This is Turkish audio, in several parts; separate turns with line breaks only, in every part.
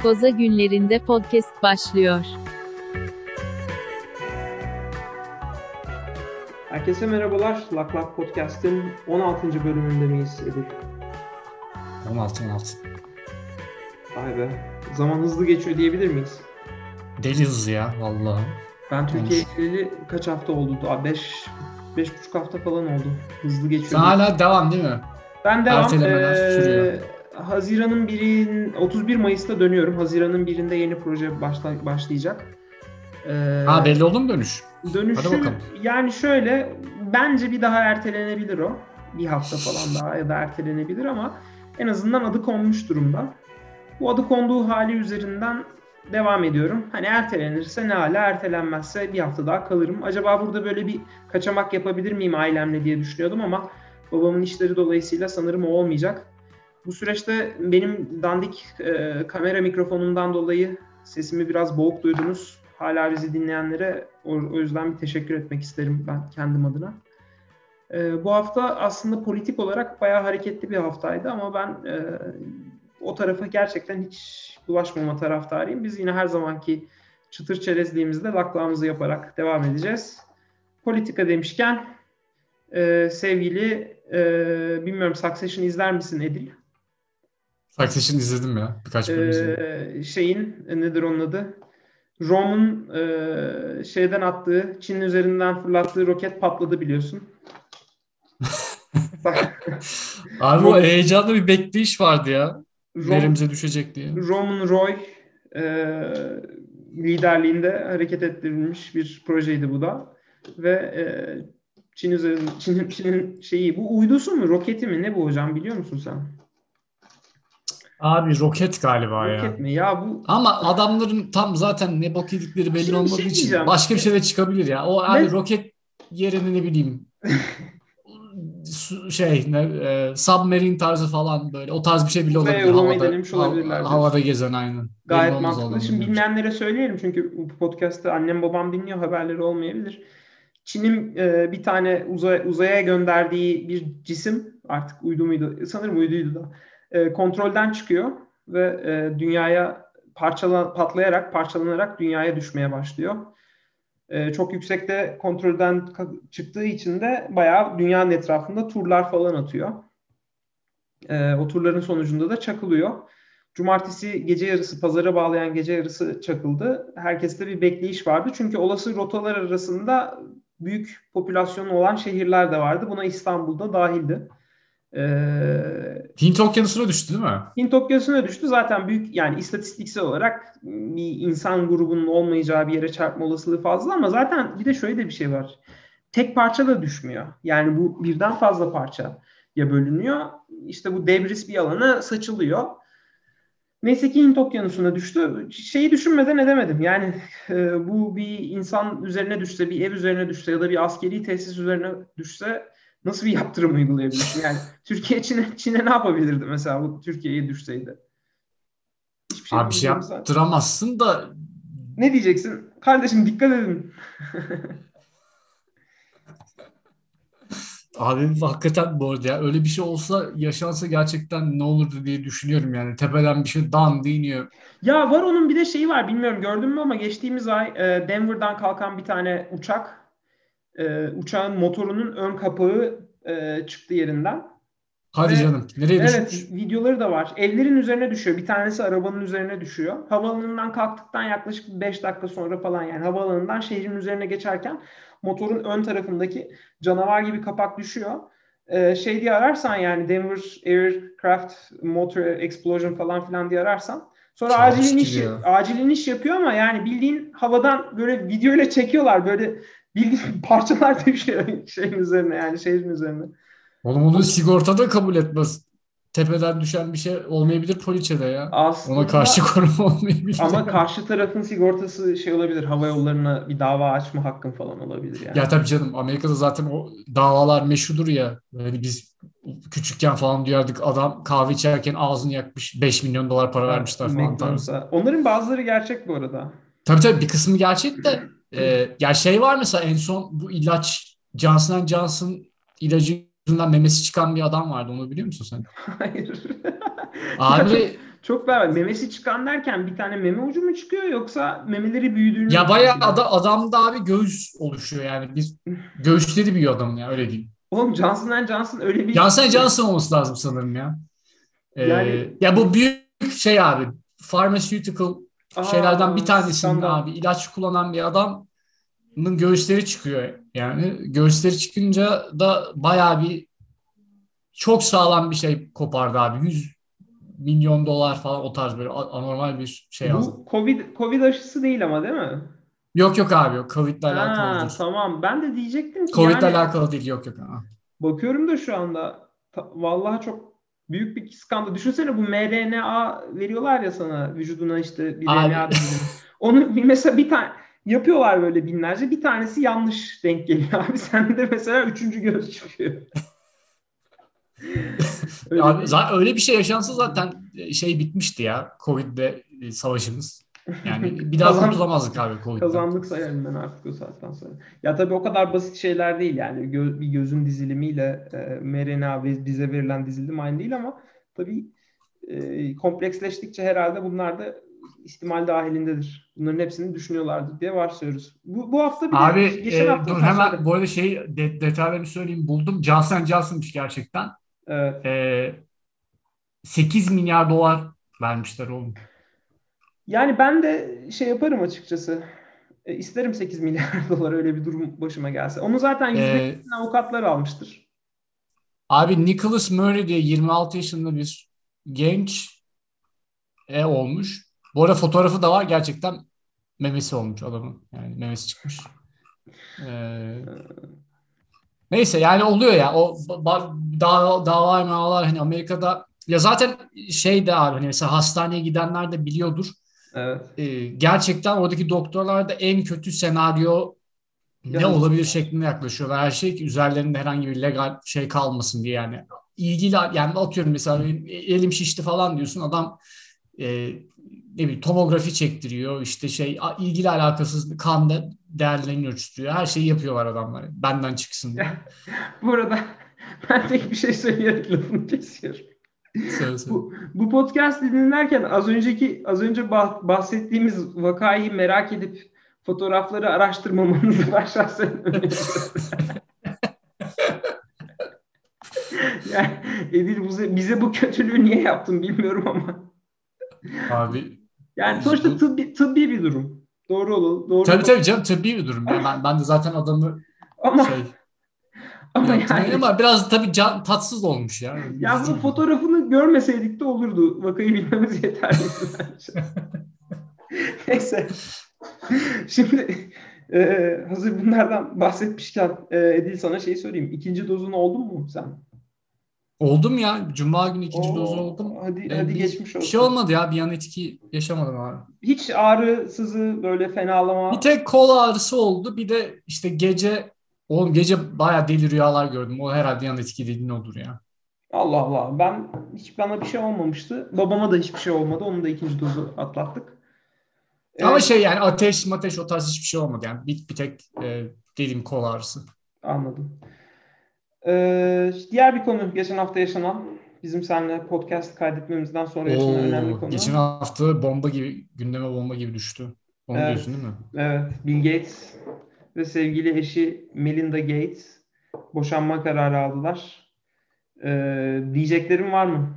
Goza Günlerinde podcast başlıyor.
Herkese merhabalar. Lak Lak Podcast'ın 16. bölümünde miyiz Edil?
16.
Vay be. Zaman hızlı geçiyor diyebilir miyiz?
Deli hızlı ya vallahi.
Ben Türkiye'ye geleli kaç hafta oldu? 5,5 hafta falan oldu. Hızlı geçiyor.
Sen hala devam değil mi?
Ben devam.
Ertelemeler sürüyor.
Haziran'ın 31 Mayıs'ta dönüyorum. Haziran'ın 1'inde yeni proje başlayacak.
Belli oldu mu dönüş?
Dönüşü
Hadi bakalım.
yani şöyle, bence bir daha ertelenebilir o. Bir hafta falan daha ya da ertelenebilir ama en azından adı konmuş durumda. Bu adı konduğu hali üzerinden devam ediyorum. Hani ertelenirse ne hala, ertelenmezse bir hafta daha kalırım. Acaba burada böyle bir kaçamak yapabilir miyim ailemle diye düşünüyordum ama babamın işleri dolayısıyla sanırım o olmayacak. Bu süreçte benim dandik kamera mikrofonumdan dolayı sesimi biraz boğuk duydunuz. Hala bizi dinleyenlere o yüzden bir teşekkür etmek isterim ben kendim adına. Bu hafta aslında politik olarak bayağı hareketli bir haftaydı ama ben o tarafa gerçekten hiç bulaşmama taraftarıyım. Biz yine her zamanki çıtır çerezliğimizde laklağımızı yaparak devam edeceğiz. Politika demişken sevgili bilmiyorum, Succession izler misin Edil?
Succession izledim ya. Birkaç bölüm izledim.
Nedir onun adı? Rome'un şeyden attığı, Çin'in üzerinden fırlattığı roket patladı biliyorsun.
Abi o heyecanlı bir bekleyiş vardı ya. Neremize düşecek diye.
Roman Roy liderliğinde hareket ettirilmiş bir projeydi bu da. Ve Çin'in şeyi, bu uydusu mu, roketi mi, ne bu hocam, biliyor musun sen?
Abi roket galiba ya.
Roket mi? Ya bu...
Ama adamların tam zaten ne bok yedikleri belli olmadığı için
diyeceğim.
Başka bir şey de çıkabilir ya. O abi roket yerine ne bileyim submarine tarzı falan, böyle o tarz bir şey bile olabilir. Havada gezen aynen.
Gayet mantıklı. Şimdi bilmeyenlere söyleyelim çünkü bu podcast'ı annem babam dinliyor, haberleri olmayabilir. Çin'in bir tane uzaya gönderdiği bir cisim, artık uydu muydu? Sanırım uyduydu da. Kontrolden çıkıyor ve dünyaya parçalanarak dünyaya düşmeye başlıyor. Çok yüksekte kontrolden çıktığı için de bayağı dünyanın etrafında turlar falan atıyor. O turların sonucunda da çakılıyor. Cumartesi gece yarısı, pazara bağlayan gece yarısı çakıldı. Herkeste bir bekleyiş vardı. Çünkü olası rotalar arasında büyük popülasyonu olan şehirler de vardı. Buna İstanbul'da dahildi.
Hint Okyanusu'na düştü değil mi?
Hint Okyanusu'na düştü. Zaten büyük, yani istatistiksel olarak bir insan grubunun olmayacağı bir yere çarpma olasılığı fazla ama zaten bir de şöyle de bir şey var. Tek parça da düşmüyor. Yani bu birden fazla parçaya bölünüyor. İşte bu debris bir alana saçılıyor. Neyse ki Hint Okyanusu'na düştü. Şeyi düşünmeden edemedim. Yani bu bir insan üzerine düşse, bir ev üzerine düşse ya da bir askeri tesis üzerine düşse nasıl bir yaptırım uygulayabilirsin? Yani Türkiye Çin'e ne yapabilirdi mesela bu Türkiye'ye düşseydi?
Hiçbir şey abi bir şey yaptıramazsın da.
Ne diyeceksin? Kardeşim dikkat edin.
Abi hakikaten bu arada ya, öyle bir şey olsa, yaşansa gerçekten ne olurdu diye düşünüyorum yani. Tepeden bir şey dan iniyor.
Ya var, onun bir de şeyi var, bilmiyorum gördün mü ama geçtiğimiz ay Denver'dan kalkan bir tane uçağın motorunun ön kapağı çıktı yerinden.
Hadi canım, nereye düşmüş?
Evet, videoları da var. Evlerin üzerine düşüyor. Bir tanesi arabanın üzerine düşüyor. Havaalanından kalktıktan yaklaşık 5 dakika sonra falan, yani havaalanından şehrin üzerine geçerken motorun ön tarafındaki canavar gibi kapak düşüyor. Şey diye ararsan, yani Denver Aircraft Motor Explosion falan filan diye ararsan, sonra acil iniş yapıyor ama yani bildiğin havadan böyle videoyla çekiyorlar, böyle bildiğin parçalar düşüyor şeyin üzerine, yani şehrin üzerine.
Oğlum onu sigortada kabul etmez. Tepeden düşen bir şey olmayabilir poliçede ya.
Aslında,
ona karşı koruma olmayabilir.
Ama karşı tarafın sigortası şey olabilir. Hava yollarına bir dava açma hakkın falan olabilir yani.
Ya tabii canım, Amerika'da zaten o davalar meşhudur ya. Yani biz küçükken falan duyardık, adam kahve içerken ağzını yakmış, 5 milyon dolar para vermişler falan tarzı.
Onların bazıları gerçek bu arada.
Tabii bir kısmı gerçek de ya şey var mesela, en son bu ilaç Johnson & Johnson ilacı yüzünden memesi çıkan bir adam vardı, onu biliyor musun sen?
Hayır.
Abi
Çok berbat. Memesi çıkan derken bir tane meme ucu mu çıkıyor yoksa memeleri büyüdüğünü
Ya
mü
bayağı
fark ediyor?
adamda abi göğüs oluşuyor yani. Bir göğüsleri büyüyor adamın ya, öyle diyeyim.
Oğlum Johnson Johnson öyle bir
Johnson Johnson olması lazım sanırım ya.
yani
Ya bu büyük şey abi. Pharmaceutical şeylerden bir tanesinin
skandal.
abi ilaç kullanan bir adamın göğüsleri çıkıyor. Yani göğüsleri çıkınca da bayağı bir çok sağlam bir şey kopardı abi. 100 milyon dolar falan, o tarz böyle anormal bir şey aldı.
Bu Covid aşısı değil ama değil mi?
Yok yok abi, yok. Covid'le alakalı
Ha
değil.
tamam. Ben de diyecektim ki
Covid'le
yani
alakalı değil, yok yok. Ha.
bakıyorum da şu anda vallahi çok büyük bir skandal. Düşünsene bu mRNA veriyorlar ya sana vücuduna işte bir
Abi
RNA dizilimi. Onu mesela bir tane yapıyorlar böyle binlerce. Bir tanesi yanlış denk geliyor abi. Sende mesela üçüncü göz çıkıyor. Öyle
abi,
bir
öyle bir şey yaşansa zaten şey bitmişti ya. Covid'le savaşımız. Yani bir daha
kazan
kurtulamazdık abi Covid'den.
kazandık sayarım ben artık o saatten sonra. Ya tabii o kadar basit şeyler değil yani. Bir gözün dizilimiyle mRNA ve bize verilen dizilim aynı değil ama tabii kompleksleştikçe herhalde bunlar da ihtimal dahilindedir. Bunların hepsini düşünüyorlardır diye varsayıyoruz. Bu hafta bir
Abi
de geçen hafta
dur
ha, söyle.
hemen bu arada detaylarını söyleyeyim, buldum. Johnson Johnson'mış gerçekten.
Evet.
E, 8 milyar dolar vermişler oğlum.
Yani ben de şey yaparım açıkçası. İsterim 8 milyar dolar öyle bir durum başıma gelse. Onu zaten
E,
%50'sini avukatlar almıştır.
Abi Nicholas Murray diye 26 yaşında bir genç olmuş. Bu arada fotoğrafı da var. Gerçekten memesi olmuş adamın. Yani memesi çıkmış. E, Neyse yani oluyor ya. O dava mağalar hani Amerika'da, ya zaten şey de abi, hani mesela hastaneye gidenler de biliyordur.
Evet.
Gerçekten oradaki doktorlar da en kötü senaryo ne olabilir
Yazmışlar.
şeklinde yaklaşıyorlar. Her şey ki üzerlerinde herhangi bir legal şey kalmasın diye yani. İlgili yani, atıyorum mesela benim elim şişti falan diyorsun, adam e, ne bileyim tomografi çektiriyor, işte şey ilgili alakasız kan da değerlerini ölçtürüyor. Her şeyi yapıyorlar adamlar benden çıksın diye.
Bu arada ben tek bir şey söyleyerek lafını kesiyorum.
Söyle söyle.
Bu podcast dinlerken az önce bahsettiğimiz vakayı merak edip fotoğrafları araştırmamanızı ben şahsen öneriyorum. Yani Edil bize bu kötülüğü niye yaptın bilmiyorum ama.
Abi
Yani sonuçta
bu
tıbbi bir durum. Doğru
tabii
olan.
tabii canım, tıbbi bir durum ya. Ben de zaten adamı
Ama
şey
ama
yaptım
yani
ama biraz tabii tatsız olmuş ya.
ya bu
Üzücü bir durum.
fotoğrafını görmeseydik de olurdu. Vakayı bilmemiz yeterliydi bence. Neyse. Şimdi hazır bunlardan bahsetmişken Edil sana şey sorayım. İkinci dozunu oldun mu sen?
Oldum ya. Cuma günü ikinci dozu oldum.
Oo, hadi
Bir
geçmiş
şey
olsun.
olmadı ya. Bir yan etki yaşamadım abi.
Hiç ağrı, sızı, böyle
Bir
fenalama.
tek kol ağrısı oldu. Bir de işte gece bayağı deli rüyalar gördüm. O herhalde yan etki dediğin odur ya.
Allah Allah. Bana bir şey olmamıştı. Babama da hiçbir şey olmadı. Onun da ikinci dozu atlattık.
Ama
E,
şey yani ateş o tarz hiçbir şey olmadı. Yani bir tek delim kol ağrısı.
Anladım. Diğer bir konu geçen hafta yaşanan bizim seninle podcast kaydetmemizden sonra yaşanan önemli
Geçen
konu.
hafta gündeme bomba gibi düştü. Onu
Evet,
diyorsun değil mi?
evet. Bill Gates ve sevgili eşi Melinda Gates boşanma kararı aldılar. Diyeceklerim var mı?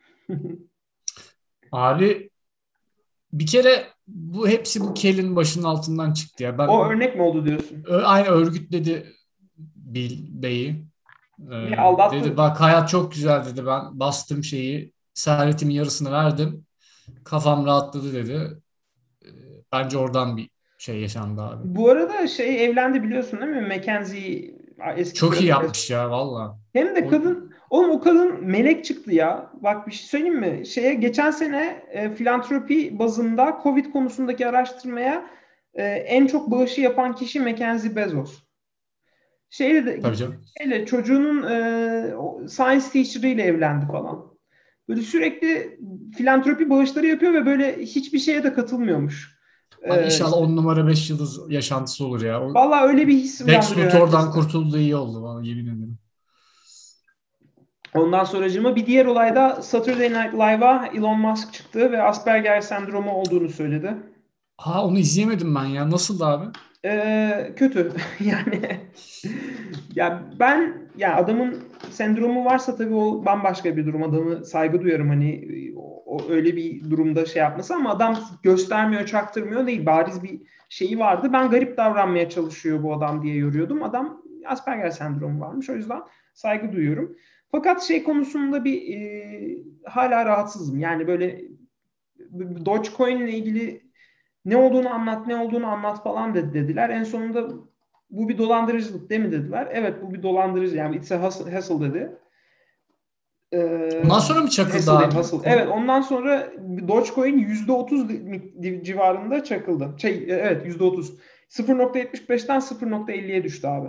Abi bir kere hepsi bu Kel'in başının altından çıktı ya.
O örnek mi oldu diyorsun?
Aynı örgütledi Bill Bey'i.
Niye
Dedi
aldattı?
bak hayat çok güzel dedi. Ben bastım şeyi, servetimin yarısını verdim. Kafam rahatladı dedi. Ee, Bence oradan bir şey yaşandı abi.
Bu arada şey evlendi biliyorsun değil mi? Mackenzie eski
Çok iyi
kraliçe.
yapmış ya valla.
Hem de
O-
o kadın melek çıktı ya. Bak bir şey söyleyeyim mi? Geçen sene filantropi bazında Covid konusundaki araştırmaya en çok bağışı yapan kişi Mackenzie Bezos.
Tabii
Gitti
canım.
çocuğunun science teacher ile evlendi falan. Böyle sürekli filantropi bağışları yapıyor ve böyle hiçbir şeye de katılmıyormuş.
Abi inşallah
İşte
10 numara 5 yıldız yaşantısı olur ya.
vallahi öyle bir his
Lex
uyandırıyor
Luthor'dan
herkeste.
kurtulduğu iyi oldu bana, yemin ederim.
Ondan sonracığıma bir diğer olayda Saturday Night Live'a Elon Musk çıktı ve Asperger sendromu olduğunu söyledi.
Ha, onu izleyemedim ben ya. Nasıldı abi?
Kötü yani. Ya ben ya adamın sendromu varsa tabii o bambaşka bir durum. Adamı saygı duyarım hani o öyle bir durumda şey yapması ama adam göstermiyor, çaktırmıyor değil. Bariz bir şeyi vardı. Ben garip davranmaya çalışıyor bu adam diye yoruyordum. Adam Asperger sendromu varmış. O yüzden saygı duyuyorum. Fakat şey konusunda hala rahatsızım. Yani böyle Dogecoin ile ilgili ne olduğunu anlat, ne olduğunu anlat falan dediler. En sonunda bu bir dolandırıcılık değil mi dediler. Evet bu bir dolandırıcı yani it's a hustle dedi.
Ondan sonra mı çakıldı
Hustle değil
abi
hustle. Evet
konu?
ondan sonra Dogecoin %30 civarında çakıldı. Evet %30. 0.75'ten 0.50'ye düştü abi.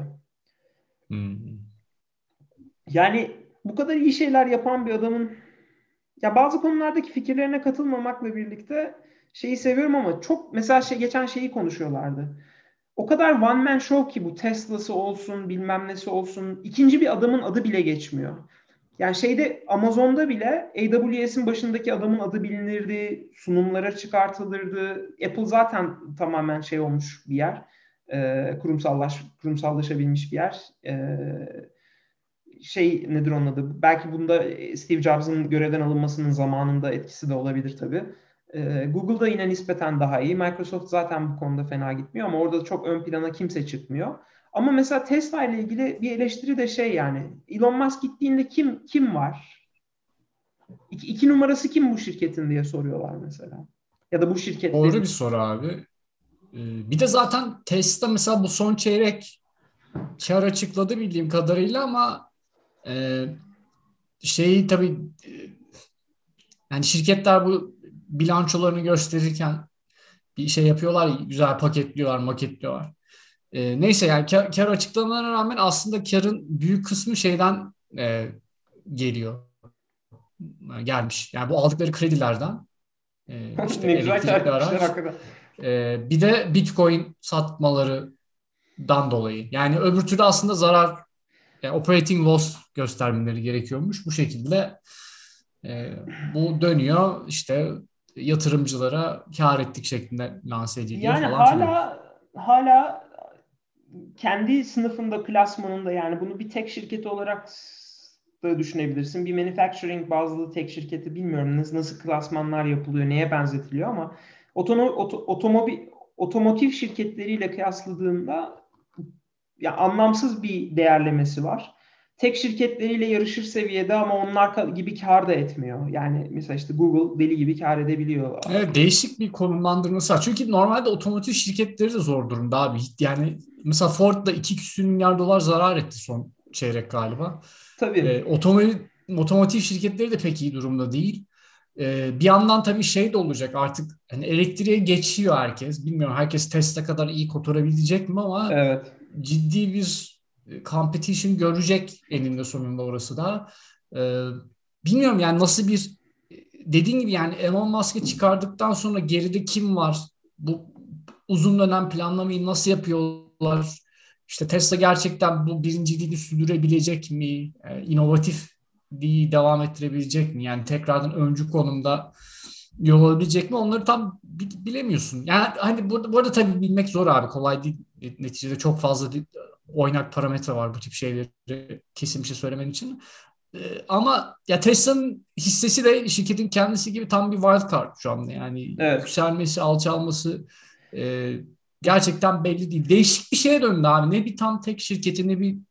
Yani bu kadar iyi şeyler yapan bir adamın ya bazı konulardaki fikirlerine katılmamakla birlikte şeyi seviyorum ama çok mesela geçen şeyi konuşuyorlardı. O kadar one man show ki bu Tesla'sı olsun bilmem nesi olsun ikinci bir adamın adı bile geçmiyor. Yani Amazon'da bile AWS'in başındaki adamın adı bilinirdi, sunumlara çıkartılırdı. Apple zaten tamamen şey olmuş bir yer, kurumsallaşabilmiş bir yer. Nedir onun adı? Belki bunda Steve Jobs'ın görevden alınmasının zamanında etkisi de olabilir tabii. Google'da yine nispeten daha iyi. Microsoft zaten bu konuda fena gitmiyor ama orada çok ön plana kimse çıkmıyor. Ama mesela Tesla ile ilgili bir eleştiri de yani Elon Musk gittiğinde kim var? İki numarası kim bu şirketin diye soruyorlar mesela. Ya da bu
Doğru
şirketlerin.
bir soru abi. Bir de zaten Tesla mesela bu son çeyrek kar açıkladı bildiğim kadarıyla ama e, tabii yani şirketler bu bilançolarını gösterirken bir şey yapıyorlar, güzel paketliyorlar, maketliyorlar. Neyse yani kar açıklamalarına rağmen aslında karın büyük kısmı geliyor. Gelmiş. Yani bu aldıkları kredilerden işte
Ne güzel kar
elektrikli
etmişler
araç
hakikaten.
bir de Bitcoin satmalarından dolayı. Yani öbür türlü aslında operating loss göstermeleri gerekiyormuş. Bu şekilde bu dönüyor işte yatırımcılara kar ettik şeklinde lanse ediliyor
Yani
falan filan.
hala kendi sınıfında, klasmanında yani bunu bir tek şirketi olarak da düşünebilirsin. Bir manufacturing bazlı tek şirketi bilmiyorum nasıl klasmanlar yapılıyor, neye benzetiliyor ama otomobil otomotiv şirketleriyle kıyasladığında ya anlamsız bir değerlemesi var. Tek şirketleriyle yarışır seviyede ama onlar gibi kar da etmiyor. Yani mesela işte Google deli gibi kar edebiliyor.
Evet, değişik bir konumlandırması var. Çünkü normalde otomotiv şirketleri de zor durumda abi. Yani mesela Ford da 2 küsür milyar dolar zarar etti son çeyrek galiba.
Tabii.
Otomotiv şirketleri de pek iyi durumda değil. Bir yandan tabii şey de olacak artık hani elektriğe geçiyor herkes. Bilmiyorum herkes Tesla kadar iyi kotarabilecek mi ama
Evet.
ciddi bir competition görecek eninde sonunda orası da. Ee, Bilmiyorum yani nasıl dediğin gibi yani Elon Musk'ı çıkardıktan sonra geride kim var? Bu uzun dönem planlamayı nasıl yapıyorlar? İşte Tesla gerçekten bu birinciliğini sürdürebilecek mi? İnovatif devam ettirebilecek mi? Yani tekrardan öncü konumda yol alabilecek mi? Onları tam bilemiyorsun. Yani hani bu arada tabii bilmek zor abi. Kolay değil. Neticede çok fazla oynak parametre var bu tip şeyleri kesin bir şey söylemen için. Ama ya Tesla'nın hissesi de şirketin kendisi gibi tam bir wild card şu anda. Yani
Evet.
yükselmesi, alçalması e, gerçekten belli değil. Değişik bir şeye döndü abi. Ne bir tam tek şirketi ne bir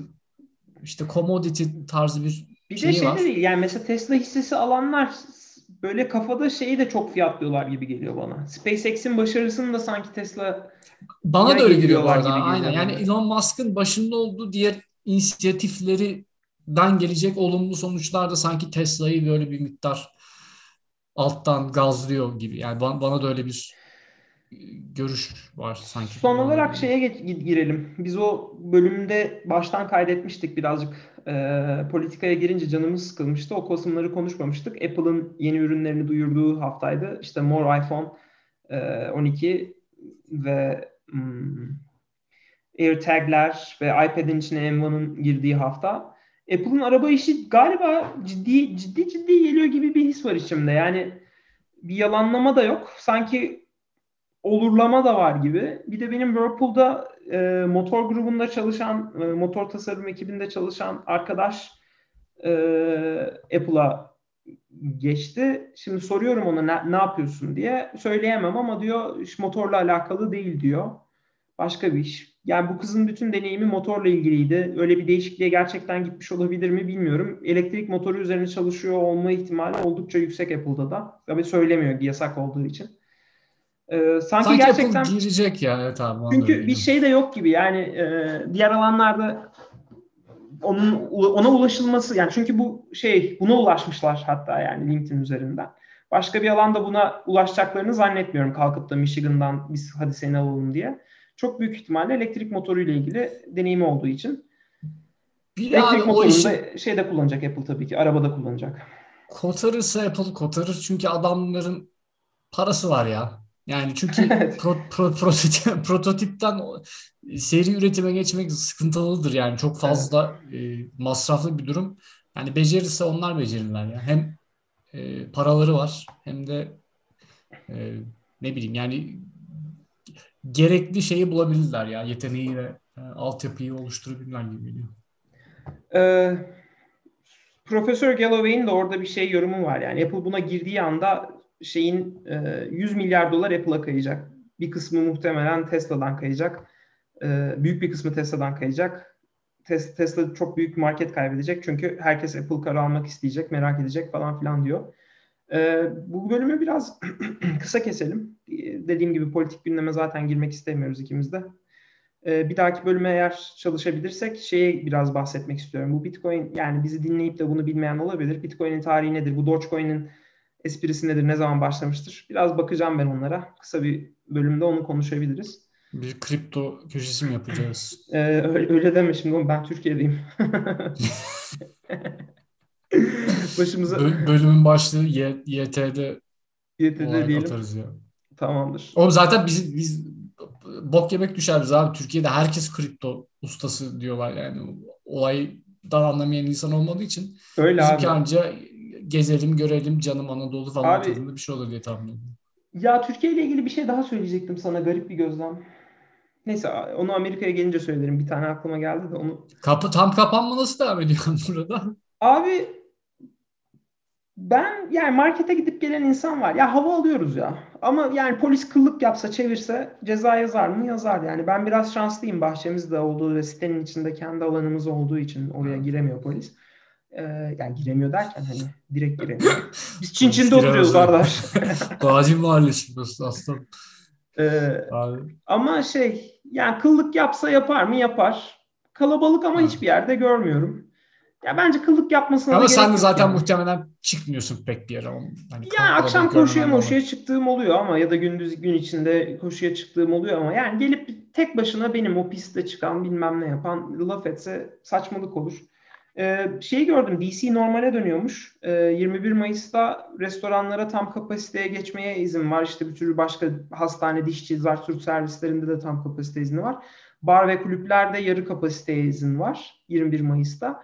işte commodity tarzı bir
Bir de
şeyi
şey de
var.
değil yani mesela Tesla hissesi alanlar böyle kafada şeyi de çok fiyatlıyorlar gibi geliyor bana. SpaceX'in başarısını da sanki Tesla'ya
Bana da öyle geliyor bu
yediriyorlar
arada.
gibi
Aynen.
geliyor
Yani
böyle.
Elon Musk'ın başında olduğu diğer inisiyatiflerinden gelecek olumlu sonuçlar da sanki Tesla'yı böyle bir miktar alttan gazlıyor gibi. Yani bana da öyle bir görüş var sanki
Son
bunlarla
olarak
ilgili.
girelim. Biz o bölümde baştan kaydetmiştik birazcık politikaya girince canımız sıkılmıştı. O kısımları konuşmamıştık. Apple'ın yeni ürünlerini duyurduğu haftaydı. İşte More iPhone 12 ve AirTag'ler ve iPad'in içine M1'ın girdiği hafta. Apple'ın araba işi galiba ciddi geliyor gibi bir his var içimde. Yani bir yalanlama da yok. Sanki olurlama da var gibi. Bir de benim Whirlpool'da motor grubunda çalışan, motor tasarım ekibinde çalışan arkadaş Apple'a geçti. Şimdi soruyorum ona ne yapıyorsun diye. Söyleyemem ama diyor iş motorla alakalı değil diyor. Başka bir iş. Yani bu kızın bütün deneyimi motorla ilgiliydi. Öyle bir değişikliğe gerçekten gitmiş olabilir mi bilmiyorum. Elektrik motoru üzerine çalışıyor olma ihtimali oldukça yüksek Apple'da da. Tabii söylemiyor yasak olduğu için. Sanki gerçekten
Apple girecek ya. Evet abi.
çünkü bir şey de yok gibi. Yani diğer alanlarda ona ulaşılması yani çünkü buna ulaşmışlar hatta yani LinkedIn üzerinden. Başka bir alanda buna ulaşacaklarını zannetmiyorum kalkıp da Michigan'dan biz hadi seni alalım diye. Çok büyük ihtimalle elektrik motoruyla ilgili deneyimi olduğu için.
Bir
Elektrik
abi o
motorunu
işi
da şeyde kullanacak Apple tabii ki. Arabada kullanacak.
kotarırsa Apple kotarır. Çünkü adamların parası var ya. Yani çünkü
Evet.
prototipten seri üretime geçmek sıkıntılıdır yani. Çok
Evet.
fazla masraflı bir durum. Yani becerirse onlar becerirler ya. Hem paraları var hem de e, ne bileyim yani gerekli şeyi bulabilirler ya. Yeteneği ve altyapıyı oluşturabilirler gibi geliyor.
Ee, Profesör Galloway'in de orada bir şey yorumu var. Yani Apple buna girdiği anda 100 milyar dolar Apple'a kayacak. Bir kısmı muhtemelen Tesla'dan kayacak. Büyük bir kısmı Tesla'dan kayacak. Tesla çok büyük bir market kaybedecek. Çünkü herkes Apple Car'ı almak isteyecek, merak edecek falan filan diyor. Bu bölümü biraz kısa keselim. Dediğim gibi politik gündeme zaten girmek istemiyoruz ikimiz de. Bir dahaki bölüme eğer çalışabilirsek şeye biraz bahsetmek istiyorum. Bu Bitcoin yani bizi dinleyip de bunu bilmeyen olabilir. Bitcoin'in tarihi nedir? Bu Dogecoin'in esprisi nedir? Ne zaman başlamıştır? Biraz bakacağım ben onlara. Kısa bir bölümde onu konuşabiliriz.
Bir kripto köşesi mi yapacağız?
Öyle deme şimdi oğlum, ben Türkiye'deyim. Başımıza
Bölümün başlığı YT'de
YTD
olarak
diyelim.
atarız ya.
Tamamdır.
Oğlum zaten biz bok yemek düşer bize abi. Türkiye'de herkes kripto ustası diyorlar yani. Olaydan anlamayan insan olmadığı için
Öyle
bizimki
abi.
anca gezelim, görelim, canım Anadolu falan
Abi
tadında bir şey olur diye tahmin ediyorum.
ya Türkiye ile ilgili bir şey daha söyleyecektim sana, garip bir gözlem. Neyse onu Amerika'ya gelince söylerim. Bir tane aklıma geldi de onu.
Tam kapanma nasıl devam ediyor burada?
Abi ben yani markete gidip gelen insan var. Ya hava alıyoruz ya. Ama yani polis kıllık yapsa çevirse ceza yazar mı? Yazar yani. Ben biraz şanslıyım, bahçemizde olduğu ve sitenin içinde kendi alanımız olduğu için oraya giremiyor polis. Yani giremiyor derken hani direkt giremiyor. Biz Çin
Polis
Çin'de oturuyoruz
giremez.
kardeş.
Gazi Mahallesi burası aslında.
Ee,
Abi.
Ama yani kıllık yapsa yapar mı? Yapar. Kalabalık ama
Ha.
hiçbir yerde görmüyorum. Ya bence kıllık yapmasına da
Ama sen
gerek
de
yok
zaten
yani.
muhtemelen çıkmıyorsun pek bir yere. Hani
Yani akşam
kalabalık
koşuya
görmemen normal.
moşuya çıktığım oluyor ama ya da gündüz gün içinde koşuya çıktığım oluyor ama yani gelip tek başına benim o pistte çıkan bilmem ne yapan laf etse saçmalık olur. Gördüm, DC normale dönüyormuş. 21 Mayıs'ta restoranlara tam kapasiteye geçmeye izin var. İşte bir sürü başka hastane, dişçi, zart servislerinde de tam kapasite izni var. Bar ve kulüplerde yarı kapasiteye izin var 21 Mayıs'ta.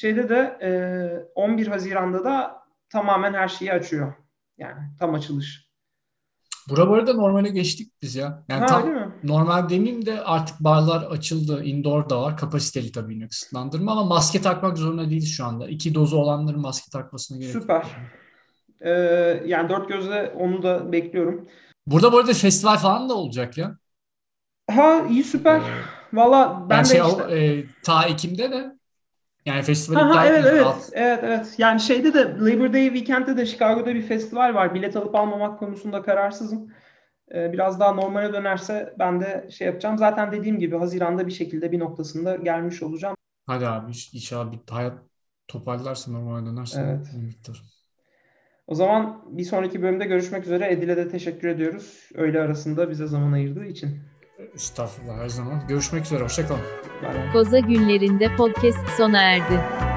11 Haziran'da da tamamen her şeyi açıyor. Yani tam açılış.
Bu arada normale geçtik biz ya. Yani
Ha, öyle
tam
mi?
normal demeyeyim de artık barlar açıldı. Indoor da var. Kapasiteli tabii yine kısıtlandırma ama maske takmak zorunda değiliz şu anda. 2 dozu olanların maske takmasına gerek yok.
Süper. Ee, Yani dört gözle onu da bekliyorum.
Burada bu arada festival falan da olacak ya.
Ha, iyi, süper.
Ee,
Valla
yani
ben de işte.
ta Ekim'de de yani festival
Ha,
iptal
evet
etmedi.
evet. Yani şeyde de Labor Day weekend'de de Chicago'da bir festival var. Bilet alıp almamak konusunda kararsızım. Biraz daha normale dönerse ben de yapacağım. Zaten dediğim gibi Haziran'da bir şekilde bir noktasında gelmiş olacağım.
Hadi abi inşallah bir hayat toparlarsın normale dönersin.
Evet.
Victor.
O zaman bir sonraki bölümde görüşmek üzere. Edil'e de teşekkür ediyoruz. Öğle arasında bize zaman ayırdığı için.
Estağfurullah her zaman. Görüşmek üzere. Hoşça kalın.
Bye bye.
Koza günlerinde podcast sona erdi.